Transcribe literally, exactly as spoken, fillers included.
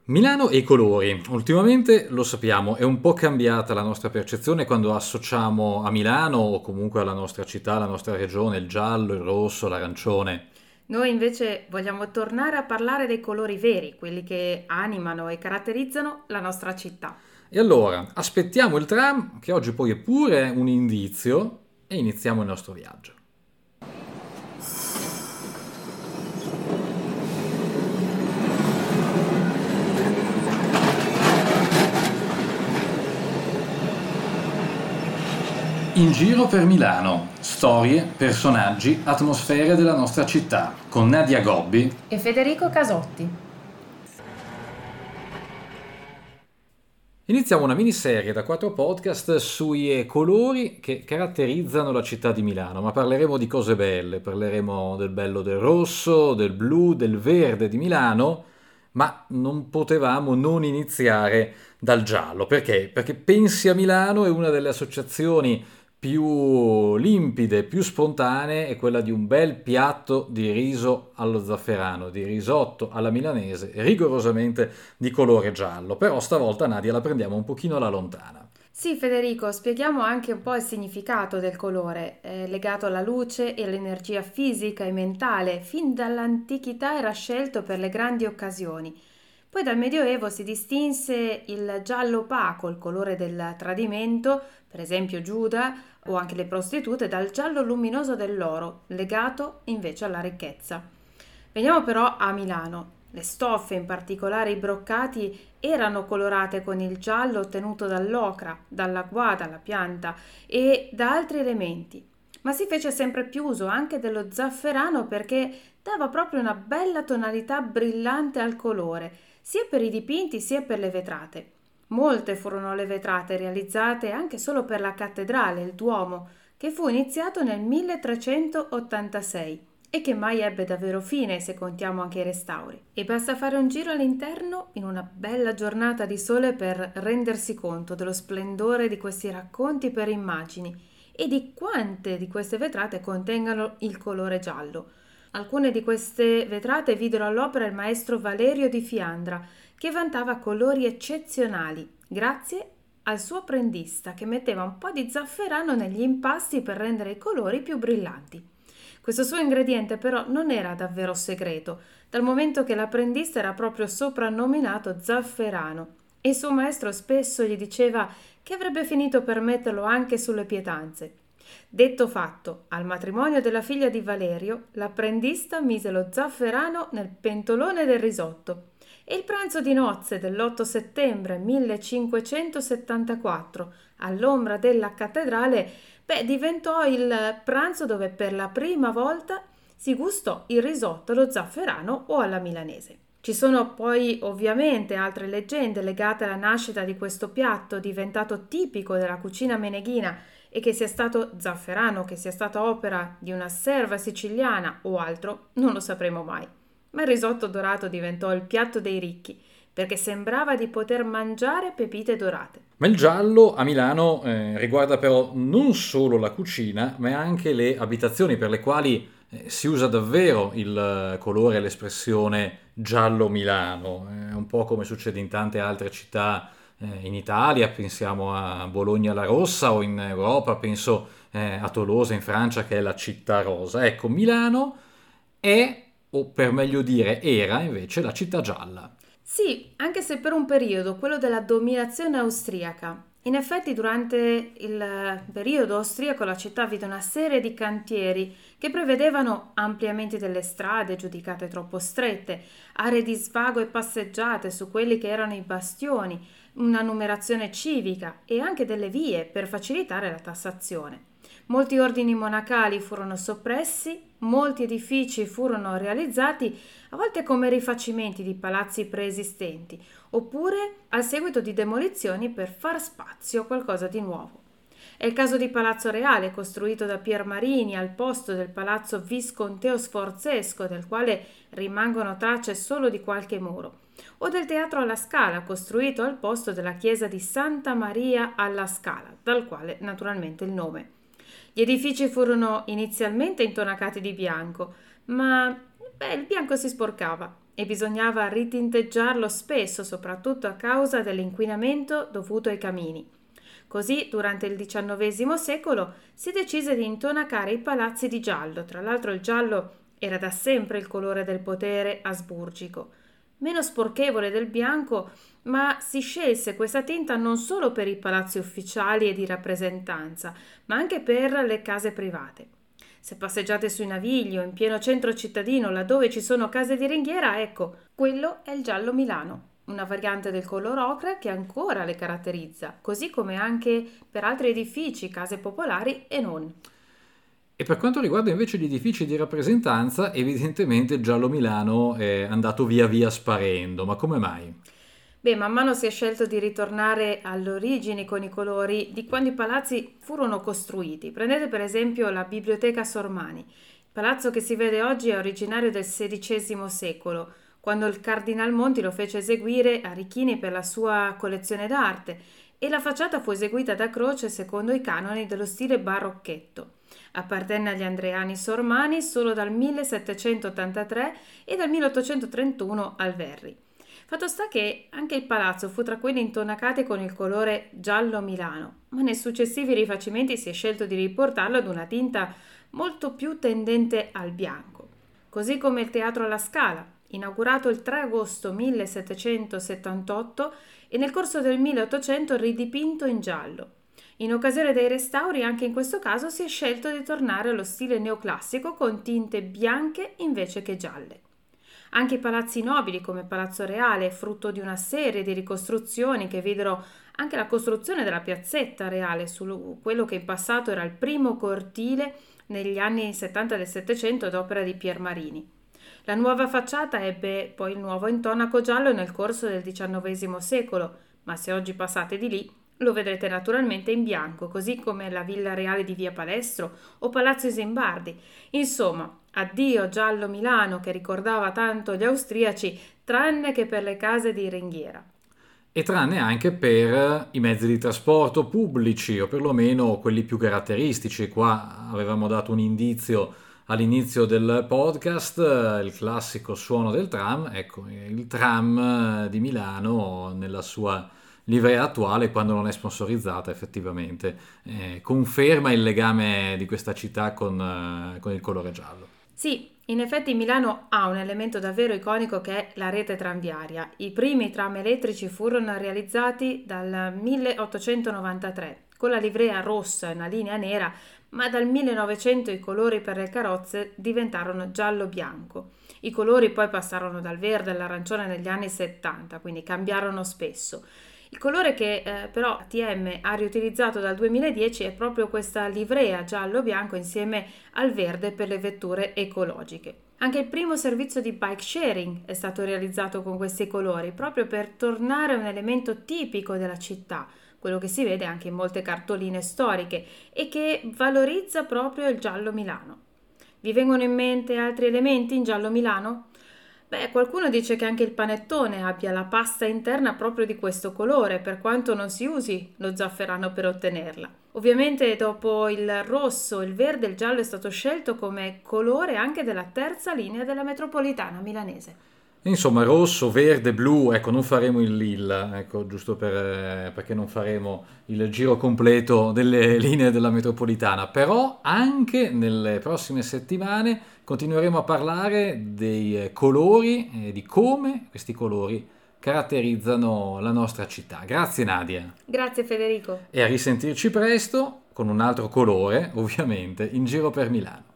Milano e i colori. Ultimamente, lo sappiamo, è un po' cambiata la nostra percezione quando associamo a Milano o comunque alla nostra città, alla nostra regione, il giallo, il rosso, l'arancione. Noi invece vogliamo tornare a parlare dei colori veri, quelli che animano e caratterizzano la nostra città. E allora, aspettiamo il tram, che oggi poi è pure un indizio, e iniziamo il nostro viaggio. In giro per Milano, storie, personaggi, atmosfere della nostra città, con Nadia Gobbi. E Federico Casotti. Iniziamo una miniserie da quattro podcast sui colori che caratterizzano la città di Milano, ma parleremo di cose belle, parleremo del bello del rosso, del blu, del verde di Milano, ma non potevamo non iniziare dal giallo. Perché? Perché Pensi a Milano è una delle associazioni più limpide, più spontanee, è quella di un bel piatto di riso allo zafferano, di risotto alla milanese, rigorosamente di colore giallo. Però stavolta, Nadia, la prendiamo un pochino alla lontana. Sì, Federico, spieghiamo anche un po' il significato del colore, è legato alla luce e all'energia fisica e mentale. Fin dall'antichità era scelto per le grandi occasioni. Poi dal Medioevo si distinse il giallo opaco, il colore del tradimento, per esempio Giuda o anche le prostitute, dal giallo luminoso dell'oro, legato invece alla ricchezza. Veniamo però a Milano. Le stoffe, in particolare i broccati, erano colorate con il giallo ottenuto dall'ocra, dall'agua, la pianta e da altri elementi. Ma si fece sempre più uso anche dello zafferano perché dava proprio una bella tonalità brillante al colore, sia per i dipinti sia per le vetrate. Molte furono le vetrate realizzate anche solo per la cattedrale, il Duomo, che fu iniziato nel milletrecentottantasei e che mai ebbe davvero fine se contiamo anche i restauri. E basta fare un giro all'interno in una bella giornata di sole per rendersi conto dello splendore di questi racconti per immagini e di quante di queste vetrate contengano il colore giallo. Alcune di queste vetrate videro all'opera il maestro Valerio di Fiandra, che vantava colori eccezionali, grazie al suo apprendista che metteva un po' di zafferano negli impasti per rendere i colori più brillanti. Questo suo ingrediente però non era davvero segreto, dal momento che l'apprendista era proprio soprannominato Zafferano e il suo maestro spesso gli diceva che avrebbe finito per metterlo anche sulle pietanze. Detto fatto, al matrimonio della figlia di Valerio, l'apprendista mise lo zafferano nel pentolone del risotto e il pranzo di nozze dell'otto settembre millecinquecentosettantaquattro, all'ombra della cattedrale, beh, diventò il pranzo dove per la prima volta si gustò il risotto allo zafferano o alla milanese. Ci sono poi ovviamente altre leggende legate alla nascita di questo piatto diventato tipico della cucina meneghina e che sia stato zafferano, che sia stata opera di una serva siciliana o altro, non lo sapremo mai. Ma il risotto dorato diventò il piatto dei ricchi, perché sembrava di poter mangiare pepite dorate. Ma il giallo a Milano eh, riguarda però non solo la cucina, ma anche le abitazioni per le quali eh, si usa davvero il eh, colore e l'espressione giallo Milano. È un po' come succede in tante altre città eh, in Italia, pensiamo a Bologna la Rossa o in Europa, penso eh, a Tolosa in Francia che è la città rosa. Ecco, Milano è, o per meglio dire era invece la città gialla. Sì, anche se per un periodo, quello della dominazione austriaca. In effetti, durante il periodo austriaco la città vide una serie di cantieri che prevedevano ampliamenti delle strade giudicate troppo strette, aree di svago e passeggiate su quelli che erano i bastioni, una numerazione civica e anche delle vie per facilitare la tassazione. Molti ordini monacali furono soppressi, molti edifici furono realizzati, a volte come rifacimenti di palazzi preesistenti, oppure a seguito di demolizioni per far spazio a qualcosa di nuovo. È il caso di Palazzo Reale, costruito da Pier Marini al posto del Palazzo Visconteo Sforzesco, del quale rimangono tracce solo di qualche muro, o del Teatro alla Scala, costruito al posto della chiesa di Santa Maria alla Scala, dal quale naturalmente il nome. Gli edifici furono inizialmente intonacati di bianco, ma beh, il bianco si sporcava e bisognava ritinteggiarlo spesso, soprattutto a causa dell'inquinamento dovuto ai camini. Così, durante il diciannovesimo secolo, si decise di intonacare i palazzi di giallo. Tra l'altro il giallo era da sempre il colore del potere asburgico, meno sporchevole del bianco, ma si scelse questa tinta non solo per i palazzi ufficiali e di rappresentanza, ma anche per le case private. Se passeggiate sui Navigli o in pieno centro cittadino, laddove ci sono case di ringhiera, ecco, quello è il giallo Milano, una variante del color ocra che ancora le caratterizza, così come anche per altri edifici, case popolari e non. E per quanto riguarda invece gli edifici di rappresentanza, evidentemente il giallo Milano è andato via via sparendo, ma come mai? Beh, man mano si è scelto di ritornare alle origini con i colori di quando i palazzi furono costruiti. Prendete per esempio la Biblioteca Sormani. Il palazzo che si vede oggi è originario del sedicesimo secolo, quando il Cardinal Monti lo fece eseguire a Richini per la sua collezione d'arte, e la facciata fu eseguita da Croce secondo i canoni dello stile barocchetto. Appartenne agli Andreani Sormani solo dal millesettecentottantatré e dal milleottocentotrentuno al Verri. Fatto sta che anche il palazzo fu tra quelli intonacati con il colore giallo Milano, ma nei successivi rifacimenti si è scelto di riportarlo ad una tinta molto più tendente al bianco. Così come il Teatro alla Scala, inaugurato il tre agosto millesettecentosettantotto e nel corso del milleottocento ridipinto in giallo. In occasione dei restauri, anche in questo caso, si è scelto di tornare allo stile neoclassico con tinte bianche invece che gialle. Anche i palazzi nobili come Palazzo Reale, frutto di una serie di ricostruzioni che videro anche la costruzione della piazzetta Reale su quello che in passato era il primo cortile negli anni settanta del Settecento ad opera di Pier Marini. La nuova facciata ebbe poi il nuovo intonaco giallo nel corso del diciannovesimo secolo, ma se oggi passate di lì lo vedrete naturalmente in bianco, così come la Villa Reale di Via Palestro o Palazzo Isimbardi. Insomma, addio giallo Milano che ricordava tanto gli austriaci, tranne che per le case di ringhiera. E tranne anche per i mezzi di trasporto pubblici, o perlomeno quelli più caratteristici. Qua avevamo dato un indizio all'inizio del podcast, il classico suono del tram. Ecco, il tram di Milano nella sua livrea attuale, quando non è sponsorizzata, effettivamente eh, conferma il legame di questa città con, eh, con il colore giallo. Sì, in effetti Milano ha un elemento davvero iconico che è la rete tranviaria. I primi tram elettrici furono realizzati dal milleottocentonovantatré con la livrea rossa e una linea nera, ma dal millenovecento i colori per le carrozze diventarono giallo-bianco. I colori poi passarono dal verde all'arancione negli anni settanta, quindi cambiarono spesso. Il colore che eh, però A T M ha riutilizzato dal duemiladieci è proprio questa livrea giallo-bianco insieme al verde per le vetture ecologiche. Anche il primo servizio di bike sharing è stato realizzato con questi colori, proprio per tornare a un elemento tipico della città, quello che si vede anche in molte cartoline storiche e che valorizza proprio il giallo Milano. Vi vengono in mente altri elementi in giallo Milano? Beh, qualcuno dice che anche il panettone abbia la pasta interna proprio di questo colore, per quanto non si usi lo zafferano per ottenerla. Ovviamente dopo il rosso, il verde e il giallo è stato scelto come colore anche della terza linea della metropolitana milanese. Insomma, rosso, verde, blu, ecco, non faremo il lilla, ecco, giusto per, eh, perché non faremo il giro completo delle linee della metropolitana, però anche nelle prossime settimane continueremo a parlare dei colori e di come questi colori caratterizzano la nostra città. Grazie Nadia. Grazie Federico. E a risentirci presto con un altro colore, ovviamente, in giro per Milano.